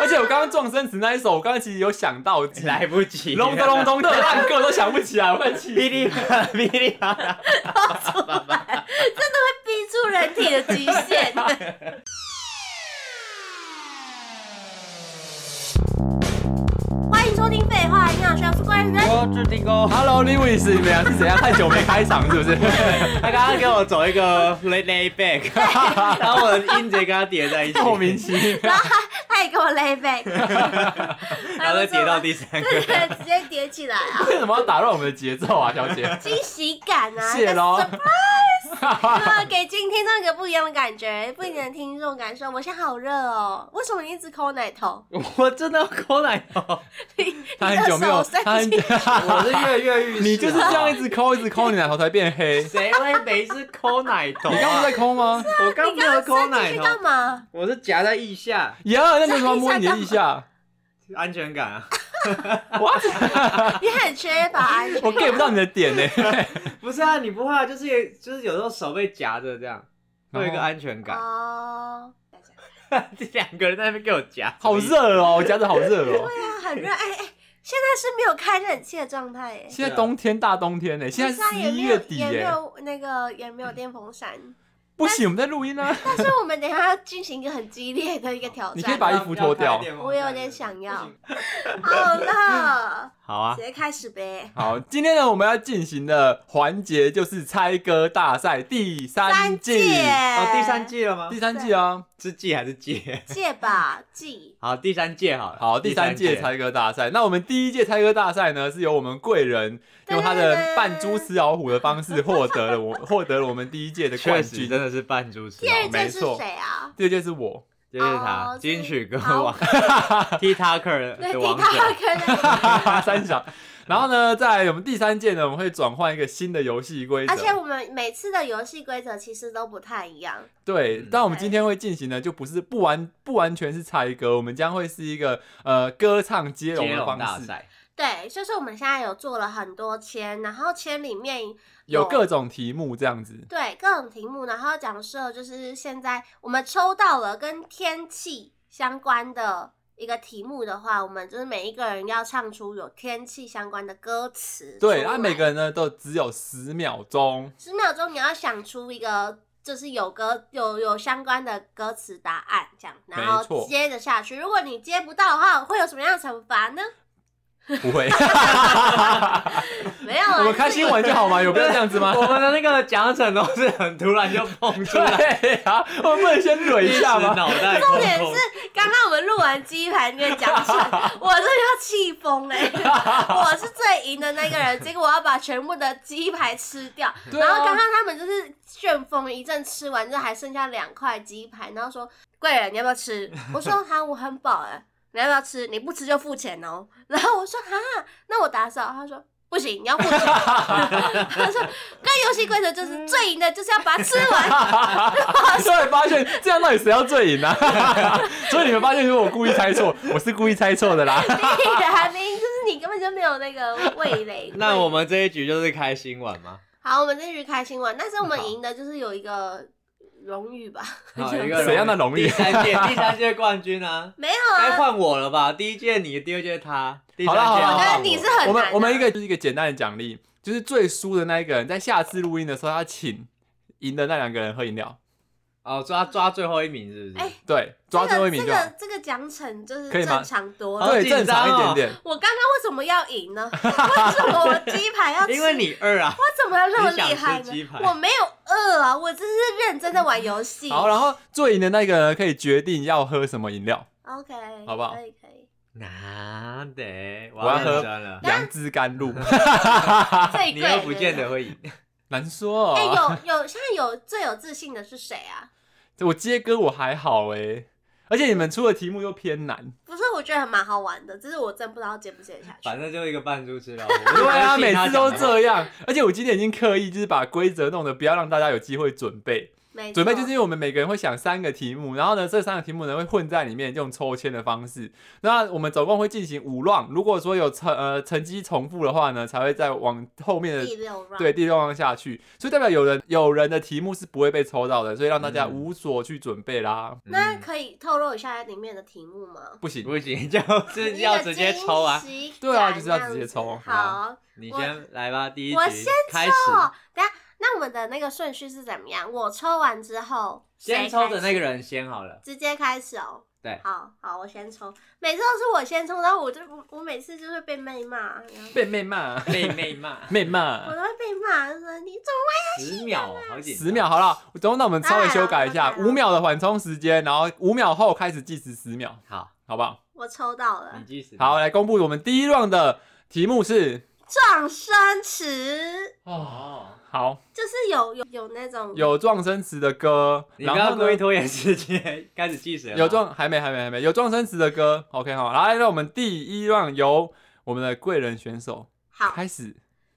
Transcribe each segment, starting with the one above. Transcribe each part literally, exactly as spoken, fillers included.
且我刚刚撞生词那一首，我刚刚其实有想到， 来不及， 隆咚隆咚，烂个都想不起来，我快气！ 噼里啪啦，噼里啪啦， 真的会逼出人体的极限。欢迎收听废话营养学，我是怪人。 我是丁哥 Hello Lewis， 你们俩是怎样？太久没开场是不是？ 他刚刚给我走一个 lay lay back， 然后我的音直接跟他叠在一起， 莫名其妙。 然后他他也给我 lay back， 然后再叠到第三个， 对对，直接叠起来啊！ 为什么要打乱我们的节奏啊，小姐？ 惊喜感啊！ 谢喽。 surprise， 给今天听众一个不一样的感觉，不一样的听众感受。我现在好热哦，为什么你一直抠奶头？ 我真的要抠奶头， 他很久没有，他很， 我是跃跃欲试。 你就是这样一直抠，一直抠，你奶头才变黑。 谁会每次抠奶头？ 你刚刚在抠吗？ 我刚没有抠奶头， 干嘛？ 我是夹在腋下。 呀，那为什么摸你的腋下？ 安全感啊！ What？ 你很缺乏安全感。 我 get 不到你的点呢。 不是啊，你不怕就是就是有时候手被夹着这样，会有一个安全感。 哦。 这两个人在那边给我夹， 好热哦，我夹着好热哦。 对啊，很热哎哎，现在是没有开冷气的状态哎。 现在冬天大冬天呢，现在十一月底也没耶。 有那个也没有电风扇。 不行，我们在录音啊。 但是我们等一下要进行一个很激烈的一个挑战。 你可以把衣服脱掉。 我有点想要。好了。 好啊， 直接开始呗。 好，今天呢，我们要进行的环节就是猜歌大赛第三季。 哦，第三季了吗？ 第三季啊， 是季还是届？ 届吧，季。 好，第三届好了。 好，第三届猜歌大赛。那我们第一届猜歌大赛呢，是由我们贵人用他的扮猪吃老虎的方式获得了我获得了我们第一届的冠军， 真的是扮猪吃老虎。第二届是谁啊？ 第二届是我。 就是他，金曲歌王 ，TikToker 的王者， 三小。然后呢，在我们第三届呢，我们会转换一个新的游戏规则， 而且我们每次的游戏规则其实都不太一样。 对，但我们今天会进行的就不是不完不完全是猜歌，我们将会是一个呃歌唱接龙的方式。 对，就是我们现在有做了很多签，然后签里面有各种题目这样子。 对，各种题目，然后讲设就是现在我们抽到了跟天气相关的一个题目的话，我们就是每一个人要唱出有天气相关的歌词。 对，那、啊、每个人呢都只有十秒钟， 十秒钟你要想出一个就是有歌有有相关的歌词答案这样，然后接着下去。如果你接不到的话，会有什么样的惩罚呢？ 不会， 没有、啊， 我们开心玩就好嘛，有必要这样子吗？ 我们的那个奖惩都是很突然就蹦出来， 对啊，我们不能先蕊一下吗？ 脑袋重点是，刚刚我们录完鸡排那个奖惩，我真的要气疯哎！我是最赢的那个人，结果我要把全部的鸡排吃掉，啊、然后刚刚他们就是旋风一阵吃完，就还剩下两块鸡排，然后说贵人你要不要吃？我说哈，我很饱哎。你要不要吃？你不吃就付钱哦。然后我说哈，那我打扫。他说不行，你要付钱。他说，刚游戏规则就是最赢的就是要把它吃完。 所以发现这样到底谁要最赢啊？所以你们发现是我故意猜错，我是故意猜错的啦。 你的还没，就是你根本就没有那个味蕾。 那我们这一局就是开心玩吗？ 好，我们这一局开心玩，但是我们赢的就是有一个。荣誉吧， 谁样的荣誉？ 第三届，第三届冠军啊， 没有啊， 该换我了吧？第一届你，第二届他，第三届好了好了， 我跟你是很难的。 我们我们一个就是一个简单的奖励，就是最输的那一个人，在下次录音的时候，他请赢的那两个人喝饮料。 哦，抓抓最后一名是不是？ 哎、欸， 对，抓最后一名就好。 这个这个奖惩就是正常多了， 对，正常一点点。 我刚刚为什么要赢呢？为什么我鸡排要吃？ 因为你饿啊！ 我怎么要那么厉害呢？我没有饿啊，我只是认真的玩游戏。 好，然后最赢的那个呢，可以决定要喝什么饮料。 OK， 好不好？ 可以可以。 哪得？ 我要喝杨枝甘露。 最贵， 你又不见得会赢。 难说哦。 哎、欸，有有，现在有最有自信的是谁啊？ 我接歌我还好哎、欸，而且你们出的题目又偏难。 不是，我觉得还蛮好玩的，只是我真不知道接不接得下去。 反正就一个扮猪吃老虎。 对啊，每次都这样。而且我今天已经刻意就是把规则弄得不要让大家有机会准备， 没错准备就是因为我们每个人会想三个题目，然后呢，这三个题目呢会混在里面，用抽签的方式。那我们总共会进行五 round， 如果说有成呃成绩重复的话呢，才会再往后面的第六 round 对第六 round 下去。所以代表有人有人的题目是不会被抽到的，所以让大家无所去准备啦。 那可以透露一下里面的题目吗？ 不行， 不行，就是要直接抽啊。 对啊，就是要直接抽。 好， 你先来吧，第一我局先开始。 等下，那我们的那个顺序是怎么样？我抽完之后， 先抽的那个人先好了， 直接开始哦。 对， 好好，我先抽，每次都是我先抽，然后我就我我每次就会被妹骂， 被妹骂， 被妹骂， 妹骂， 我都会被骂，就说你怎么十秒，好紧， 十秒好了，等那我们稍微修改一下，五秒的缓冲时间，然后五秒后开始计时十秒， 好， 好不好？ 我抽到了， 你计时。 好，来公布我们第一 round 的题目是撞声词哦，好， 就是有有有那种有撞声词的歌， 你不要故意拖延时间，开始计时了。 有撞还没还没还没有撞声词的歌 ，OK 好，来，那我们第一 round 由我们的贵人选手好开始。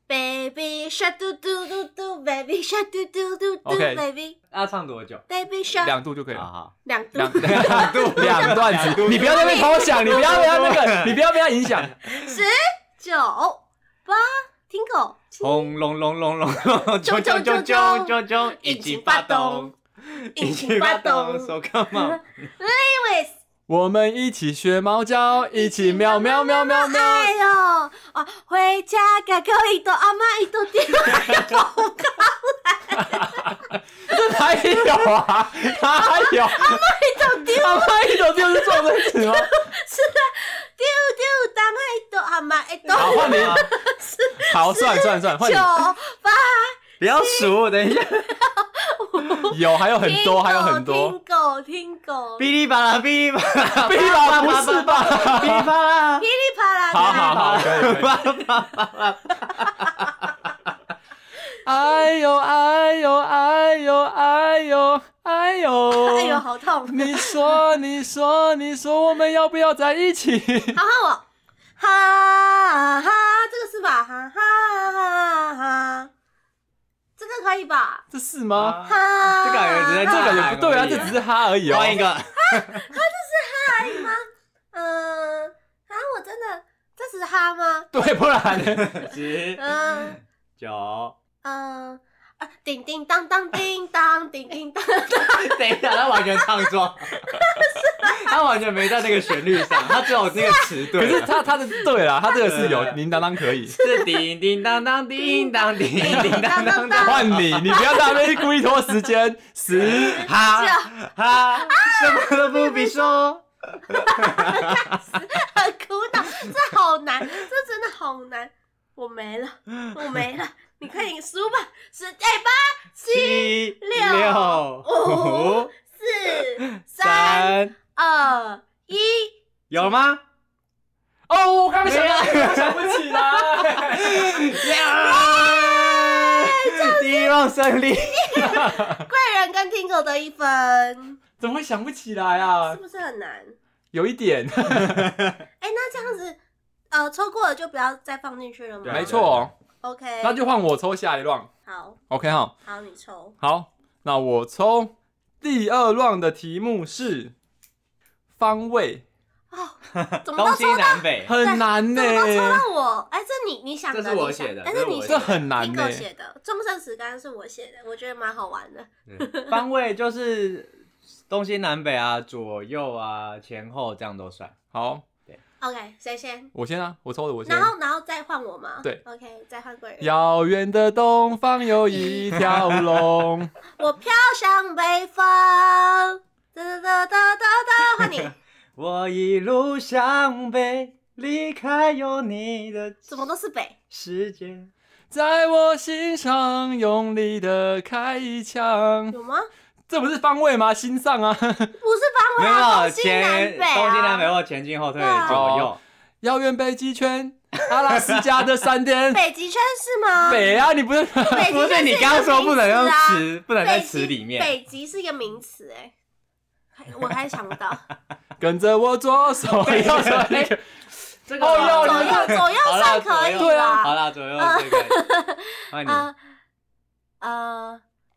Baby shark 嘟嘟嘟嘟 ，Baby shark 嘟嘟嘟嘟 ，Baby 要唱多久 ？Baby shark 两度就可以了。 好， 两度， 两度两段子，你不要在那边偷想，你不要不要那个，你不要被他影响。 十九八，听口， 轰隆隆隆隆隆，冲冲冲冲冲冲，引擎发动，引擎发动 ，So come on，Lewis。 我们一起学猫叫，一起喵喵喵喵喵。 哎呦，哦，回家该可以到阿妈一度电话报告。 这哪有啊？哪有？ 阿妈一度丢， 阿妈一度丢是撞声词吗？ 是啊，丢丢当一度阿妈一度。 好，换你。好，算算算，换你。 九八， 不要数，等一下。 有，还有很多，还有很多。 听狗，听狗。 噼里啪啦，噼里啪啦， 噼里啪啦，不是吧？ 噼里啪啦， 噼里啪啦。 好好好，可以可以。哎呦哎呦哎呦哎呦哎呦！ 哎呦，好痛！ 你说你说你说，我们要不要在一起？ 好好我，哈哈，这个是吧？哈哈哈哈。这个可以吧？ 这是吗？ 哈， 这个感觉只在这感觉不对啊，这只是哈而已哦。 换一个， 哈，它就是哈而已吗？嗯，啊，我真的，这只是哈吗？ 对，不然呢？ 十嗯九， 嗯啊，叮叮当当，叮当，叮叮当当。 等一下，他完全唱错，他完全没在那个旋律上，他只有那个词对。 可是他他的对啦，他这个是有叮当当可以。 是叮叮当当，叮当叮叮当当当。 换你，你不要在那边故意拖时间。十哈哈，什么都不必说。 很苦恼，这好难，这真的好难。我没了，我没了，你快点数吧，十、哎、八、七、六、五、四、三、二、一， 有吗？ 哦，我刚想到，想不起来。 第一 round 胜利。 贵人跟听狗得一分， 怎么会想不起来啊是？不是很难？ 有一点。 哎、那这样子，呃，抽过了就不要再放进去了吗？ 没错。 OK， 那就换我抽下一 round。 好， OK 哈。 好，你抽。 好，那我抽第二 round 的题目是方位。 哦，怎么都东西抽到？ 南北， 很难呢、 怎么都抽到我？哎、这你你想的， 这是我你想写的哎、这你这这很难呢、 听狗写的，众生词干是我写的，我觉得蛮好玩的。 方位就是东西南北啊，左右啊，前后这样都算。 好， OK， 谁先？ 我先啊，我抽的我先然。后然后再换我吗？ 对 ，OK， 再换贵人。 遥远的东方有一条龙。 我飘向北方。哒哒哒哒哒哒，换你。 我一路向北，离开有你的怎么都是北？ 世界。 在我心上用力的开一枪。 有吗？ 这不是方位吗？心上啊。 不是方位没啊， 有东西南前北啊。 东西南北或前进后退对啊左右。 遥远北极圈，阿拉斯加的山巅。 北极圈是吗？ 北啊，你不是？ 北极不是圈一个你刚刚说不能用名词啊词，不能在北极词里面。 北极是一个名词，哎，我还想不到。 跟着我左手右手一个。 这哦哟左右左右算可以对啊啦。 好啦，左右这个。换你。 呃呃，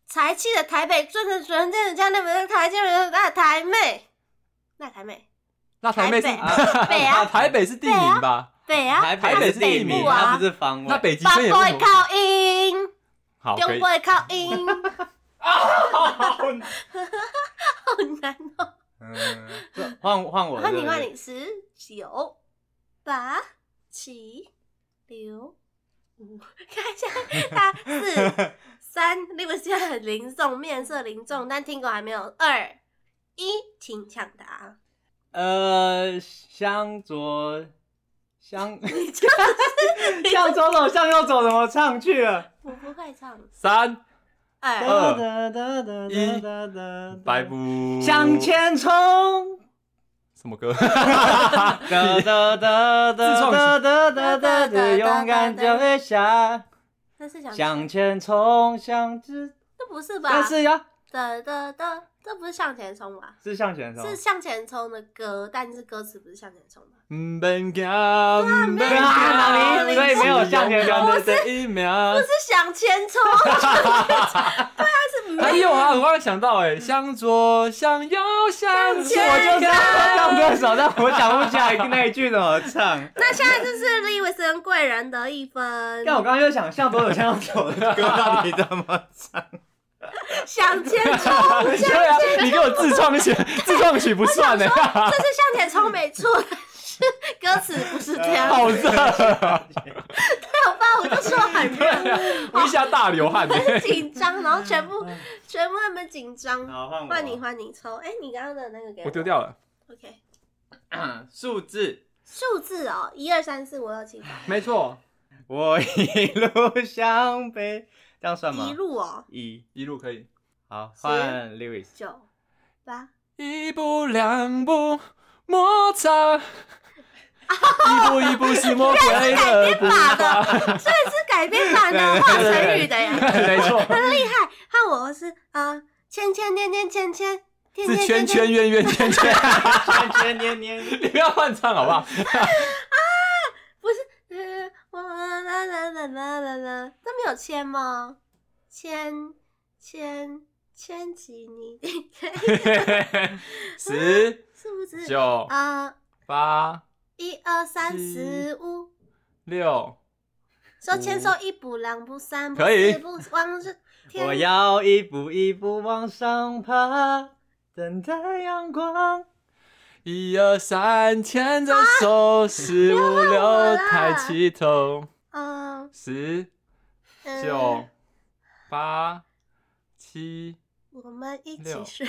才气的台北，最纯纯正的家那边台积人那台妹，那台妹， 那台妹是北啊， 台北是地名吧？ 北啊， 台北是地名，它不是方位。 那北极圈也不会靠音， 好，可以。 不会靠音，好难哦。 嗯，换换我， 换你换你，十九八七六五，看一下，他四三六现在很凝重，面色凝重，但听狗还没有二一，请抢答。 呃，向左。向你就是向左走，向右走，怎么唱去了？ 我不会唱。 三二二一，白布向前冲。 什么歌？ 哒哒哒哒哒哒哒哒，勇敢就会下。 那是想向前冲，向之。 这不是吧？ 但是呀。 哒哒哒，这不是向前冲吧？ 是向前冲， 是向前冲的歌，但是歌词不是向前冲的。 嗯，奔跑， 奔跑所以没有向前冲的这一秒， 不是向前冲，对啊，是没哎呦啊！我刚刚想到哎，向左，向右，向前， 我就是要唱歌手，但我想不起来那一句怎么唱。 那现在就是李维森贵人得一分。 但我刚刚就想向左走向右走的歌到底怎么唱？ 向前冲， 对啊，你给我自创曲，自创曲不算呢。 这是向前冲没错，但是歌词不是这样。 好热， 对吧？我就说很热， 我一下大流汗， 很紧张，然后全部全部那么紧张。 好，换我， 换你换你抽。哎，你刚刚的那个给我， 我丢掉了。 OK， 数字， 数字哦，一二三四五六七八， 没错。 我一路向北。这样算吗？ 一路哦， 一一路可以。 好，换 Lewis。 九八， 一步两步摩擦，一步一步是魔鬼的步伐。 所以是改编版的华晨宇的耶， 没错， 很厉害。看我是啊，圈圈黏黏圈圈， 是圈圈圆圆圈圈， 圈圈黏黏。 你不要乱唱好不好？ 啊，不是，呃，我啦啦啦啦啦啦，这没有牵吗？牵牵牵起你的十数字九啊， 八一二三四五六， 手牵手一步两步三步可以四步往是天。 我要一步一步往上爬，等待阳光。 一二三，牵着手，四五六，抬起头， 嗯， 十九八七， 我们一起六睡。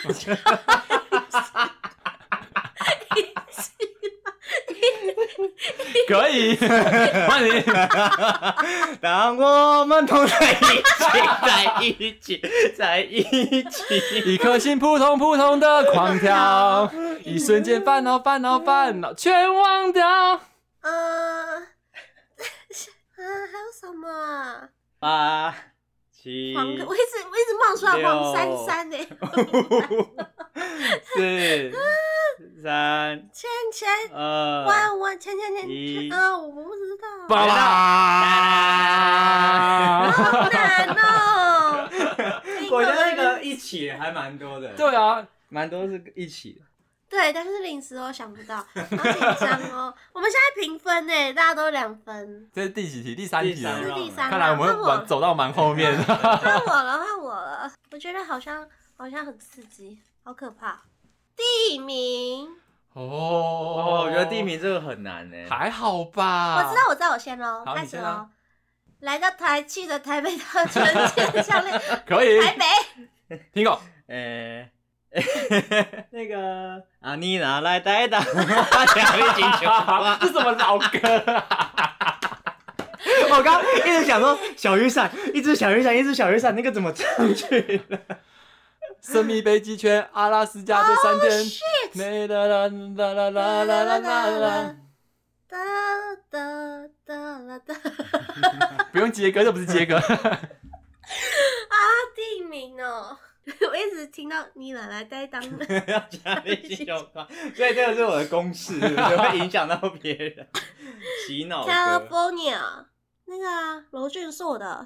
可以，换你。 当我们同在一起，在一起，在一起， 一颗心扑通扑通的狂跳，一瞬间烦恼烦恼烦恼全忘掉。 嗯，啊，还有什么啊？ 八七黄，我一直我一直冒出来黄珊珊呢。 四三圈圈， 二弯弯圈圈圈一啊，我不知道。 爸爸， 好难哦。 我觉得那个一起还蛮多的， 对啊， 蛮多是一起的。 对，但是临时我想不到，好紧张哦。我们现在评分呢，大家都两分。 这是第几题？第三题第三了。 是第三， 看来我们玩走到蛮后面的。 换我了，换我了。我觉得好像好像很刺激，好可怕。地名， 哦， 哦，我觉得地名这个很难呢。 还好吧。 我知道，我知道，我先喽， 好开始喽你先啊。 来到台气的台北的纯净项链， 可以。 台北。 听过。 诶。那个啊，你拿来带档，我想你进球吧。 这什么老歌啊？ 我刚一直想说小雨伞，一只小雨伞，一只小雨伞，那个怎么唱去了？ 神秘北极圈，阿拉斯加的山巅。啦啦啦啦啦啦啦啦啦。 哒哒哒啦哒。 不用接歌，这不是接歌。 啊，地名哦。我一直听到你拿来带当的， 要加一些有关，所以这个是我的公式，对不对？会影响到别人。洗脑歌。 California 那个啊，娄俊硕的。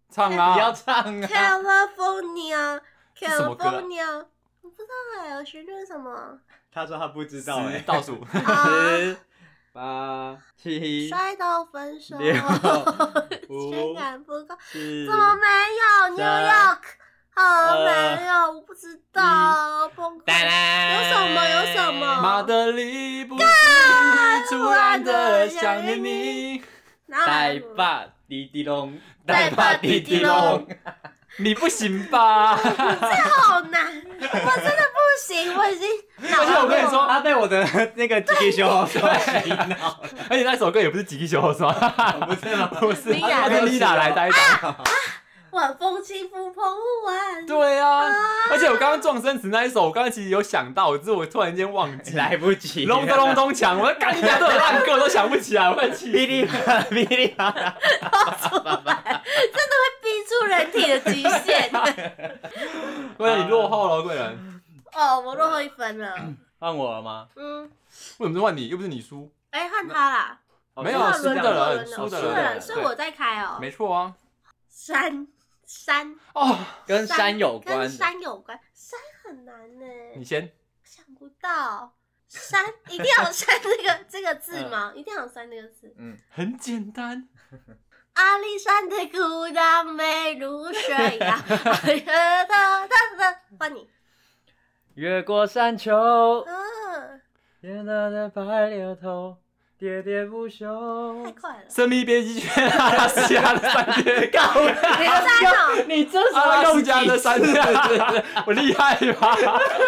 唱啊！ 不要唱啊 California 什么歌啊 California，我不知道哎，旋律是什么？ 他说他不知道哎、 十倒数， 十八七摔到分手， 六情感不够， 四怎么没有 New 三 York？好二没有，我不知道，崩溃。有什么？有什么？ 马德里不是突然的想念你。 带把滴滴隆， 带把滴滴隆， 你不行吧？ 这好难，我真的不行，我已经。 而且我跟你说， 他被我的那个吉吉熊所洗脑， 而且那首歌也不是吉吉熊是吗？ 不是吗？ 不是， Lina 他跟 Lina 来搭一搭。 晚风轻拂澎湖湾。 对啊，而且我刚刚撞生词那一首，我刚刚其实有想到，只是我突然间忘记。 来不及， 隆咚隆咚锵，我赶紧讲这种烂歌我都想不起来，我快气。 噼里啪啦，噼里啪啦， 出来，真的会逼出人体的极限。 贵人，你落后了，贵人。 哦，我落后一分了。 换我了吗？ 嗯， 为什么是换你？又不是你输。 哎，换他啦。 没有输的换轮了人，输的输的人人， 是我在开哦。 没错啊。 山山哦， 跟山有关跟山有关，山很难呢。 你先。 想不到山一定要有山这个这个字吗？一定要有山这个字。 嗯， 很简单。 阿里山的孤岛美如水呀，哒哒哒，换你。 越过山丘， 嗯， 天大的白柳头，喋喋不休。 太快了。 神秘编辑圈阿拉斯加的山巅，高你山哦， 你这是阿拉用斯加的山巅，我厉害吧？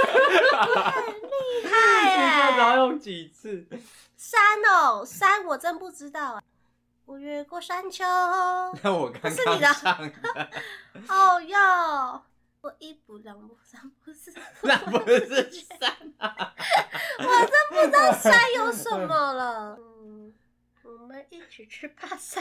厉害你这是要耶！ 用几次？ 山哦，山我真不知道。我越过山丘， 那我刚不是你的刚唱的， 哦哟，我一步两步三步四， 那不是山啊！ 我真不知道山有什么了。嗯，我们一起去爬山。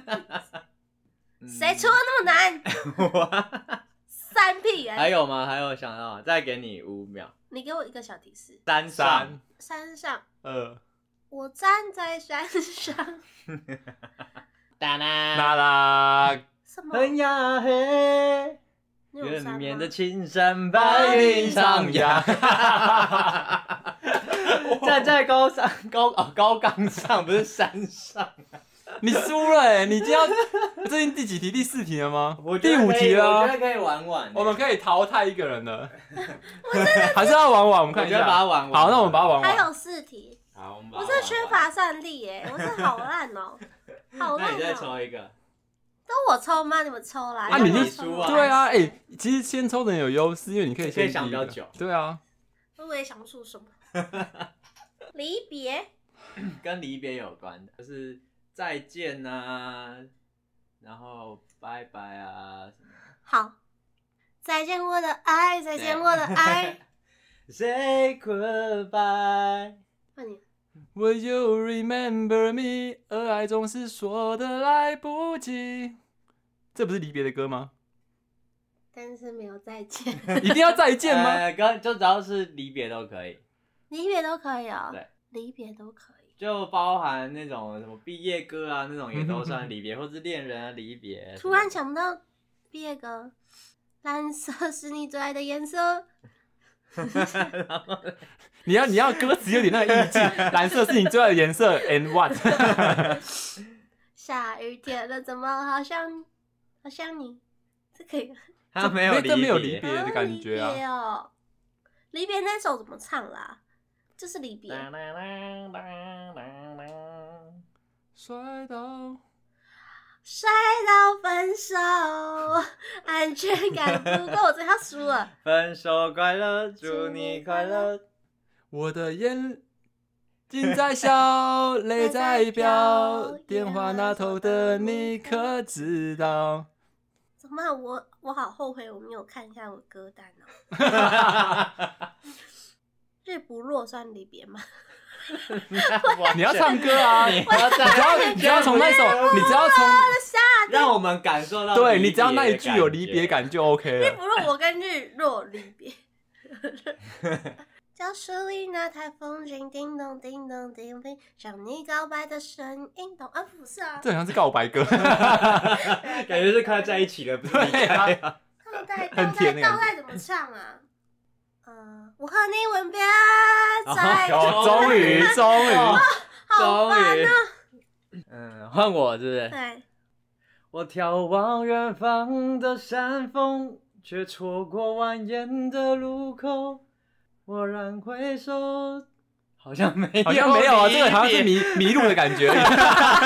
谁出的那么难？ 我三屁哎！ 还有吗？还有想到？再给你五秒。 你给我一个小提示。 山上， 三山上， 二我站在山上。 哒啦， 啦啦， 什么？ 很呀嘿， 你有山吗远绵的青山，白云上扬。站在高山高哦高岗上，不是山上。 你输了哎！你今天要这已经第几题？第四题了吗？ 我觉第五得可以题了啊。 我觉得可以玩玩。 我们可以淘汰一个人了，还是要玩完？我们看一下。 我觉得把它玩完。 好，那我们把它玩完。 还有四题， 好，我们把我它玩完是缺乏算力耶，我是好烂哦，好烂那你再哦。 抽一个。 都我抽吗？你们抽啦。 啊，你就就输啊对啊，哎，其实先抽的人有优势，因为你可以你可以先第一个想比较久。 对啊， 我也想不出什么。离别， 跟离别有关的，就是再见啊，然后拜拜啊什么。 好，再见我的爱，再见我的爱。 Say goodbye。 换你。 Will you remember me？ 而爱总是说的来不及。这不是离别的歌吗？ 但是没有再见。 一定要再见吗？ 呃，跟就只要是离别都可以， 离别都可以哦。 对， 离别都可以。 就包含那种什么毕业歌啊，那种也都算离别，或是恋人啊离别。 突然想不到毕业歌，蓝色是你最爱的颜色。 你要你要歌词有点那个意境，蓝色是你最爱的颜色 ，and what？ 下雨天了，怎么好像好像你？这可以吗？ 他没有离别， 这没有离别的感觉啊离别哦，离别那首怎么唱啦？就是离别。 摔倒， 摔到分手，安全感不够，我这要输了。 分手快乐，祝你快乐。 我的眼睛在笑，泪在飙，电话那头的你可知道？ 怎么办？我我好后悔我没有看一下我的歌单哦。日不落算离别吗？ 你要唱歌啊！ 你要只要你只要从那首，你只要从让我们感受到， 对你只要那一句有离别感就 OK 了。 日不落，我跟日落离别。 教室里那台风琴，叮咚叮咚叮叮，向你告白的声音。懂啊？不是啊， 这好像是告白歌， 感觉是快在一起了，不是离开啊？ 倒带倒带倒带怎么唱啊？嗯，我和你吻别在。 哦，终于终于， 好烦啊！ 嗯，换我是不是？ 对。 我眺望远方的山峰，却错过蜿蜒的路口。蓦然回首，好像没有， 好像没有啊，这个好像是迷迷路的感觉而已，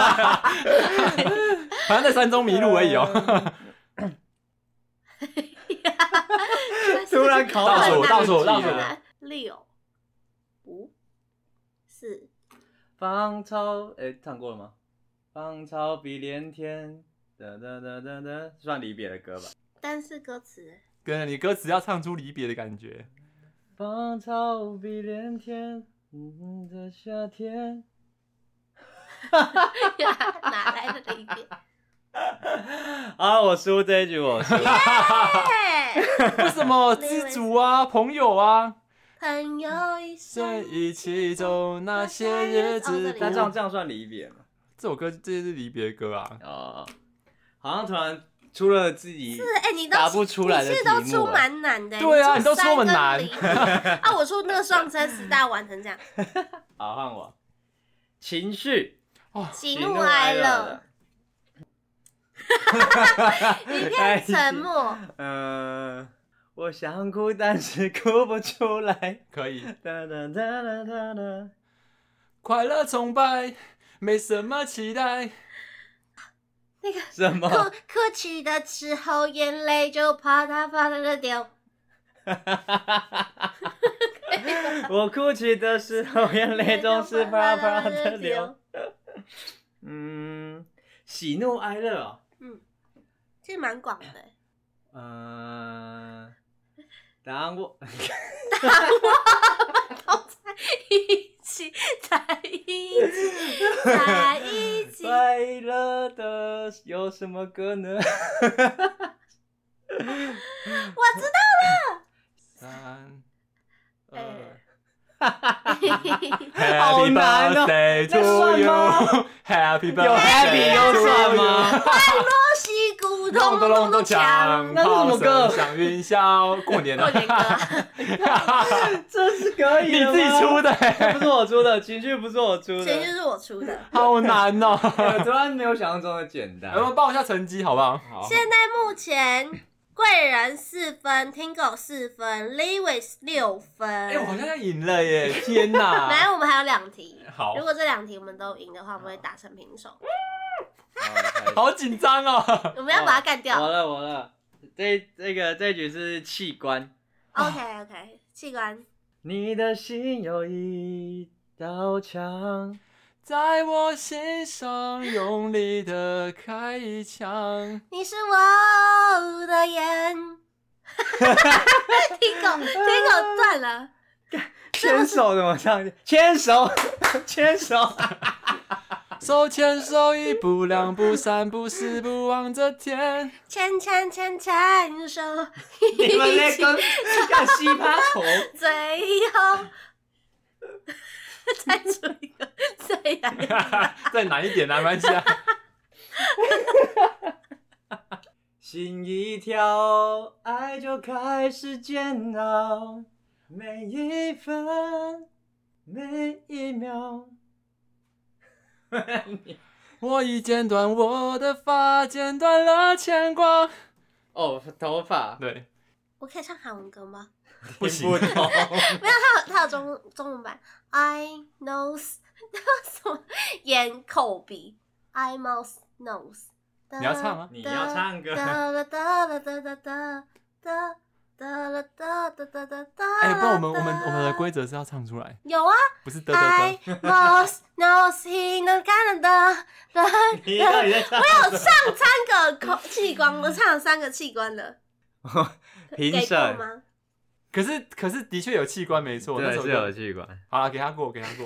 好像在山中迷路而已哦。 突然考倒数倒数倒数六五四。 芳草，哎，唱过了吗？芳草碧连天，哒哒哒哒哒，算离别的歌吧。 单是歌词。 跟你歌词要唱出离别的感觉。 芳草碧连天，嗯的夏天。 哪来的离别？ 啊，我输这一局，我输。 为什么？知足啊，朋友啊， 朋友一生一起走那些日子。 那这样这样算离别吗？ 这首歌这是离别歌啊。 哦，好像突然出了自己是哎，你答不出来的题目， 你其实都出蛮难的。 对啊，你都出很难。 啊，我出那个双生时代完成这样。 好，换我。情绪， 哦， 喜怒哀乐。一片沉默。 嗯，我想哭，但是哭不出来。 可以。 哒哒哒哒哒哒。 快乐崇拜，没什么期待。 那个什么？ 哭哭泣的时候，眼泪就啪嗒啪嗒的掉。 我哭泣的时候，眼泪总是啪啪的流。嗯，喜怒哀乐哦。 嗯，其实蛮广的。 嗯、呃，当我当我们都在一起，在一起，在一起。 快乐的有什么歌呢？ 我知道了。 三二。 好难哦 Happy birthday to you，Happy 有 Happy 又算吗？ 欢乐戏鼓咚咚咚咚锵， 那是什么歌？ 像云霄，过年了。 过年歌， 这是可以的吗？ 你自己出的、欸， 不是我出的，情绪不是我出的， 情绪是我出的， 好难哦、 我突然没有想象中的简单。 我们报一下成绩好不好？ 好， 现在目前贵人四分 ，Tingo 四分 ，Lewis 六分。 哎、欸，我好像要赢了耶！天哪！ 来，我们还有两题。 好， 如果这两题我们都赢的话，我们会打成平手。 好紧张哦！ 我们要把它干掉。 我了，我了。这这个这局是器官。 OK OK， 器官。 你的心有一道墙， 在我心上用力的开一枪。 你是我的眼。听狗，听狗断了。 牵手怎么唱？牵手，牵手。 手牵手，一步两步三步四步望着天， 牵牵牵牵手， 你们那个干西趴头， 最后再出一个最难的， 再难一点啊，没关系啊。 心一跳，爱就开始煎熬，每一分每一秒。 我已剪断我的发，剪断了牵挂。 哦，头发。 对， 我可以唱韩文歌吗？ 不行。 不懂。 没有，它有它有中中文版。I nose 什么眼口鼻 ，I mouth nose。 你要唱啊！ 你要唱歌。 哒哒哒哒哒哒哒哒。哒哒哒哒哒哒哒。 哎，不然我们我们我们的规则是要唱出来。 有啊。 不是得得得。 I must knows he knows Canada。 你到底在唱？ 我有上三个口器官，我唱了三个器官的。 评审吗？ 可是可是的确有器官没错， 对， 那是有器官。 好了，给他过，给他过。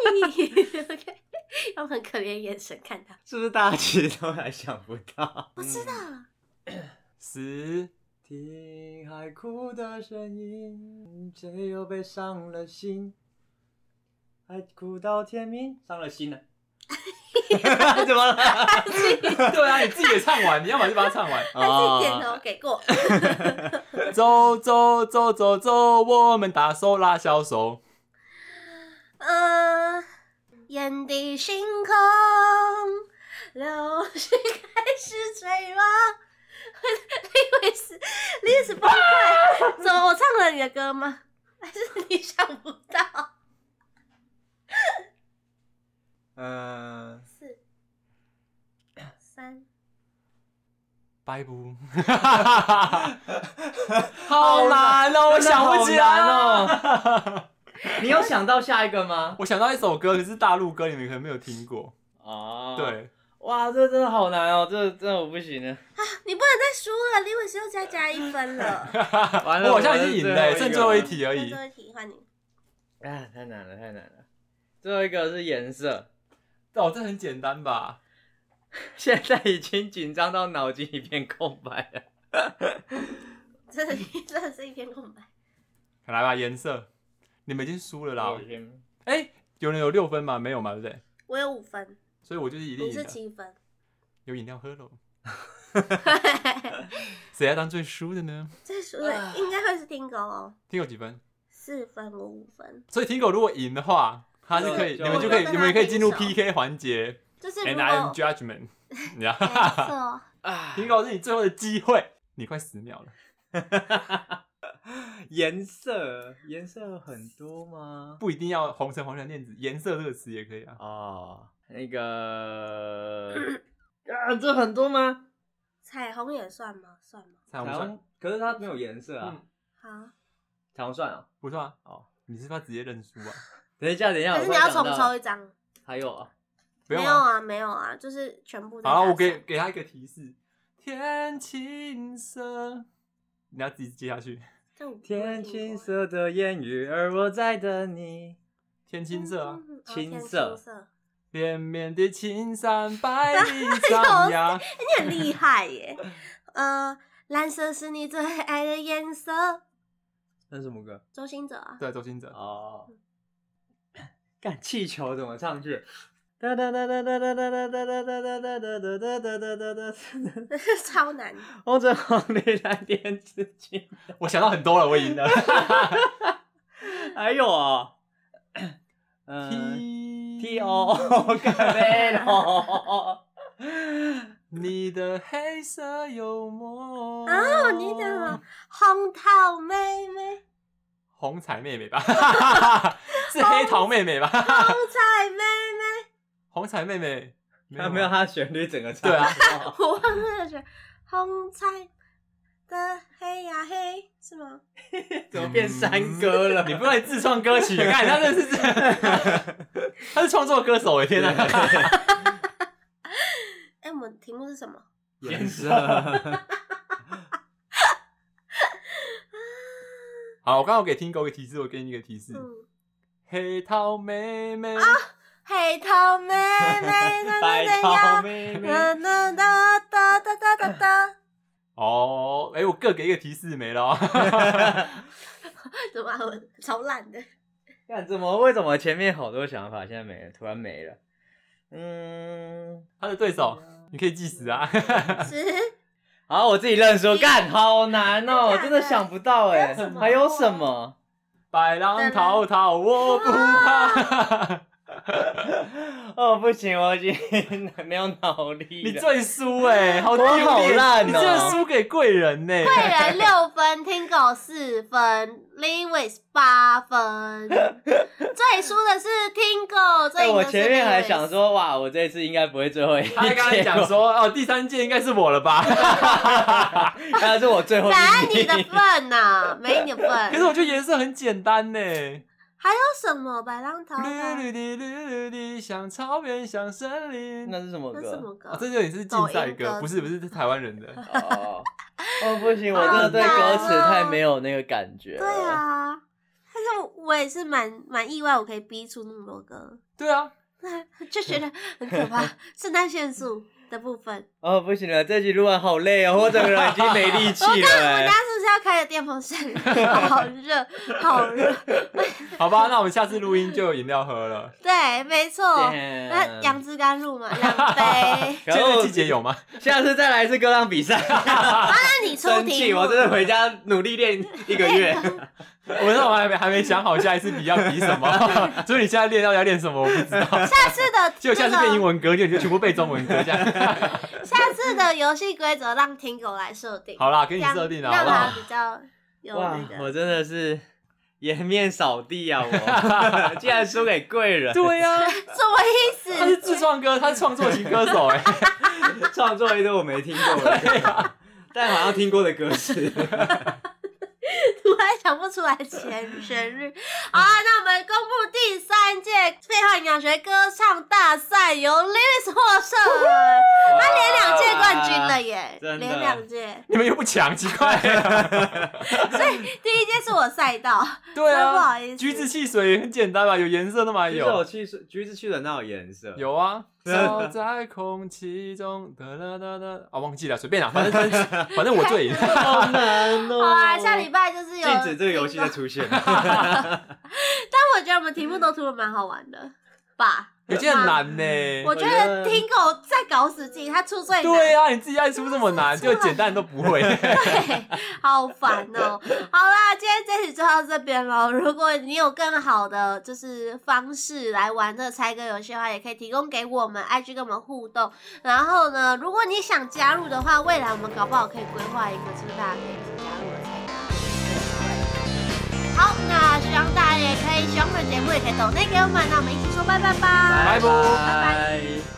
用很可怜眼神看他。 是不是大家其实都还想不到？ 不知道。 十听海哭的声音，谁又被伤了心？海哭到天明，伤了心了。怎么了？ 对啊，你自己也唱完，你要么就把它唱完。 他自己点头给过。 走走走走走，我们大手拉小手。 嗯、呃，眼底星空，流星开始坠落。李维斯，李维斯崩溃。怎么？我唱了你的歌吗？还是你想不到？ 嗯， 四、三， 白布，好难哦，我想不起来哦。你有想到下一个吗？ 我想到一首歌，可是大陆歌，你们可能没有听过。 哦， 对， 哇，这真的好难哦，这真的我不行了。 啊，你不能再输了，李伟斯又再加一分了。 完了， 我好像已经赢了，剩最后一题而已。 最后一题换你。 哎，太难了，太难了。最后一个是颜色。 哦，这很简单吧？ 现在已经紧张到脑筋一片空白了。 真的，真的是一片空白。 来吧，颜色，你们已经输了啦。哎、欸，有人有六分吗？没有嘛，对不对？ 我有五分， 所以我就是一定赢你的。 是七分。 有饮料喝喽。谁要当最输的呢？ 最输的应该会是听狗哦。 听狗几分？ 四分，我五分。 所以听狗如果赢的话，他是可以，你们就可以，你们可以进入 P K 环节。 就是 ，And I am judgment。你知道？ 没错。 听狗是你最后的机会，你快十秒了。 颜色，颜色很多吗？ 不一定要红橙黄蓝靛紫，颜色这个词也可以啊。 哦，那个，啊，这很多吗？ 彩虹也算吗？算吗？ 彩虹算， 可是它没有颜色啊。 嗯、好， 彩虹算啊？ 不算啊。 哦， 你是不是要直接认输啊？ 等一下，等一下， 可是你要重抽一张。 还有啊？ 没有啊，没有啊，就是全部。 好，我给给他一个提示，天青色，你要自己接下去。 天青色的言语，而我在等你。 天青色啊， 嗯、 青色。 连绵的青山，百里张扬。 你很厉害耶。呃，蓝色是你最爱的颜色。 那是什么歌？ 周兴哲啊。 对，周兴哲。 哦。干气球怎么唱去？哒哒哒哒哒哒哒哒哒哒哒哒哒哒哒哒哒哒， 超难。 红橙黄绿蓝靛紫金。 我想到很多了，我赢了。 还有啊 ，T T O 干杯喽！ 你的黑色幽默。 啊，你的红桃妹妹。 红彩妹妹吧，是黑桃妹妹吧？红彩妹妹， 红彩妹妹， 他没有他旋律整个唱。 对啊， 我忘了了，红彩的黑呀黑是吗？ 怎么变山歌了？ 你不会自创歌曲？看他这是，他是创作歌手哎！天哪！ 哎，我们题目是什么？ 颜色。 好，我刚好给听狗一个提示，我给你一个提示。 嗯、 黑桃妹妹啊，黑桃妹妹， 白桃妹妹， 哒哒哒哒哒哒哒哒。 哦，哎、欸，我各给一个提示没了。 怎么我超烂的？ 看怎么为什么前面好多想法，现在没了，突然没了。嗯， 他的对手，你可以计时啊。 十。 好，我自己认输，干，好难哦，我真的想不到哎，还有什么？ 白浪滔滔，我不怕。 哦，不行，我已经没有脑力了。 你最输哎，好丢脸， 好烂哦！ 你真的输给贵人呢。 贵人六分，听狗四分 ，Lewis 八分。最输的是听狗，最赢的是 Lewis。 我前面还想说，哇，我这次应该不会最后一届。 他刚才讲说，哦，第三届应该是我了吧？ 那是我最后一届。 哪你的份呐？没你的份。 可是我觉得颜色很简单呢。 还有什么？白浪滔滔。 绿绿的绿绿的，像草原像森林。 那是什么歌？ 那是什么歌？ 哦，这有点是竞赛歌，不是不是，是台湾人的。 哦哦，不行，我真的对歌词太没有那个感觉。 对啊，但是我也是蛮蛮意外，我可以逼出那么多歌。 对啊， 就觉得很可怕。肾上腺素的部分。 哦，不行了，这集录完好累哦，我整个人已经没力气了、欸。 我刚我们家是不是要开个电风扇？好热，好热。 好吧，那我们下次录音就有饮料喝了。 对，没错。那杨枝甘露嘛，两杯。 现在季节有吗？ 下次再来一次歌唱比赛。 啊，那你出生题气，我真的回家努力练一个月。 我那我还没还没想好下一次比要比什么，所以你现在练到底要练什么，我不知道。 下次的、那个， 结果下次变英文歌，就就全部背中文歌这样。 下次的游戏规则让听狗来设定。 好啦，给你设定了， 让他比较有那个。 我真的是颜面扫地啊！我竟然输给贵人。 对啊， 什么意思？ 他是自创歌，他是创作型歌手哎、 欸，创作一堆我没听过的歌，啊、但好像听过的歌词。 突然想不出来前旋律。好啊，那我们公布第三届废话营养学歌唱大赛由 Lilis 获胜，他连两届冠军了耶，连两届。 你们又不抢，奇怪。 所以第一届是我赛道。 对啊， 不好意思。 橘子汽水很简单吧，有颜色的嘛有。 橘子汽橘子汽水哪有颜色？ 有啊。走在空气中，哒哒哒哒，啊，忘记了，随便啦，反正反正我最赢。 好难哦。 好啊，下礼拜就是有禁止这个游戏的出现。 但我觉得我们题目都出的蛮好玩的吧。 有些很难呢、欸， 我觉得听狗在搞死自己，他出最难。 对啊，你自己爱出这么难，就简单都不会。 对，好烦哦、喔。好啦，今天这集就到这边咯。如果你有更好的就是方式来玩这个猜歌游戏的话，也可以提供给我们 I G 跟我们互动。然后呢，如果你想加入的话，未来我们搞不好可以规划一个，就是大家可以一起加入的猜歌。好，那希望大家也可以喜欢我们的节目，也可以抖内给我们，那我们一起说拜拜吧， 拜拜， 拜拜。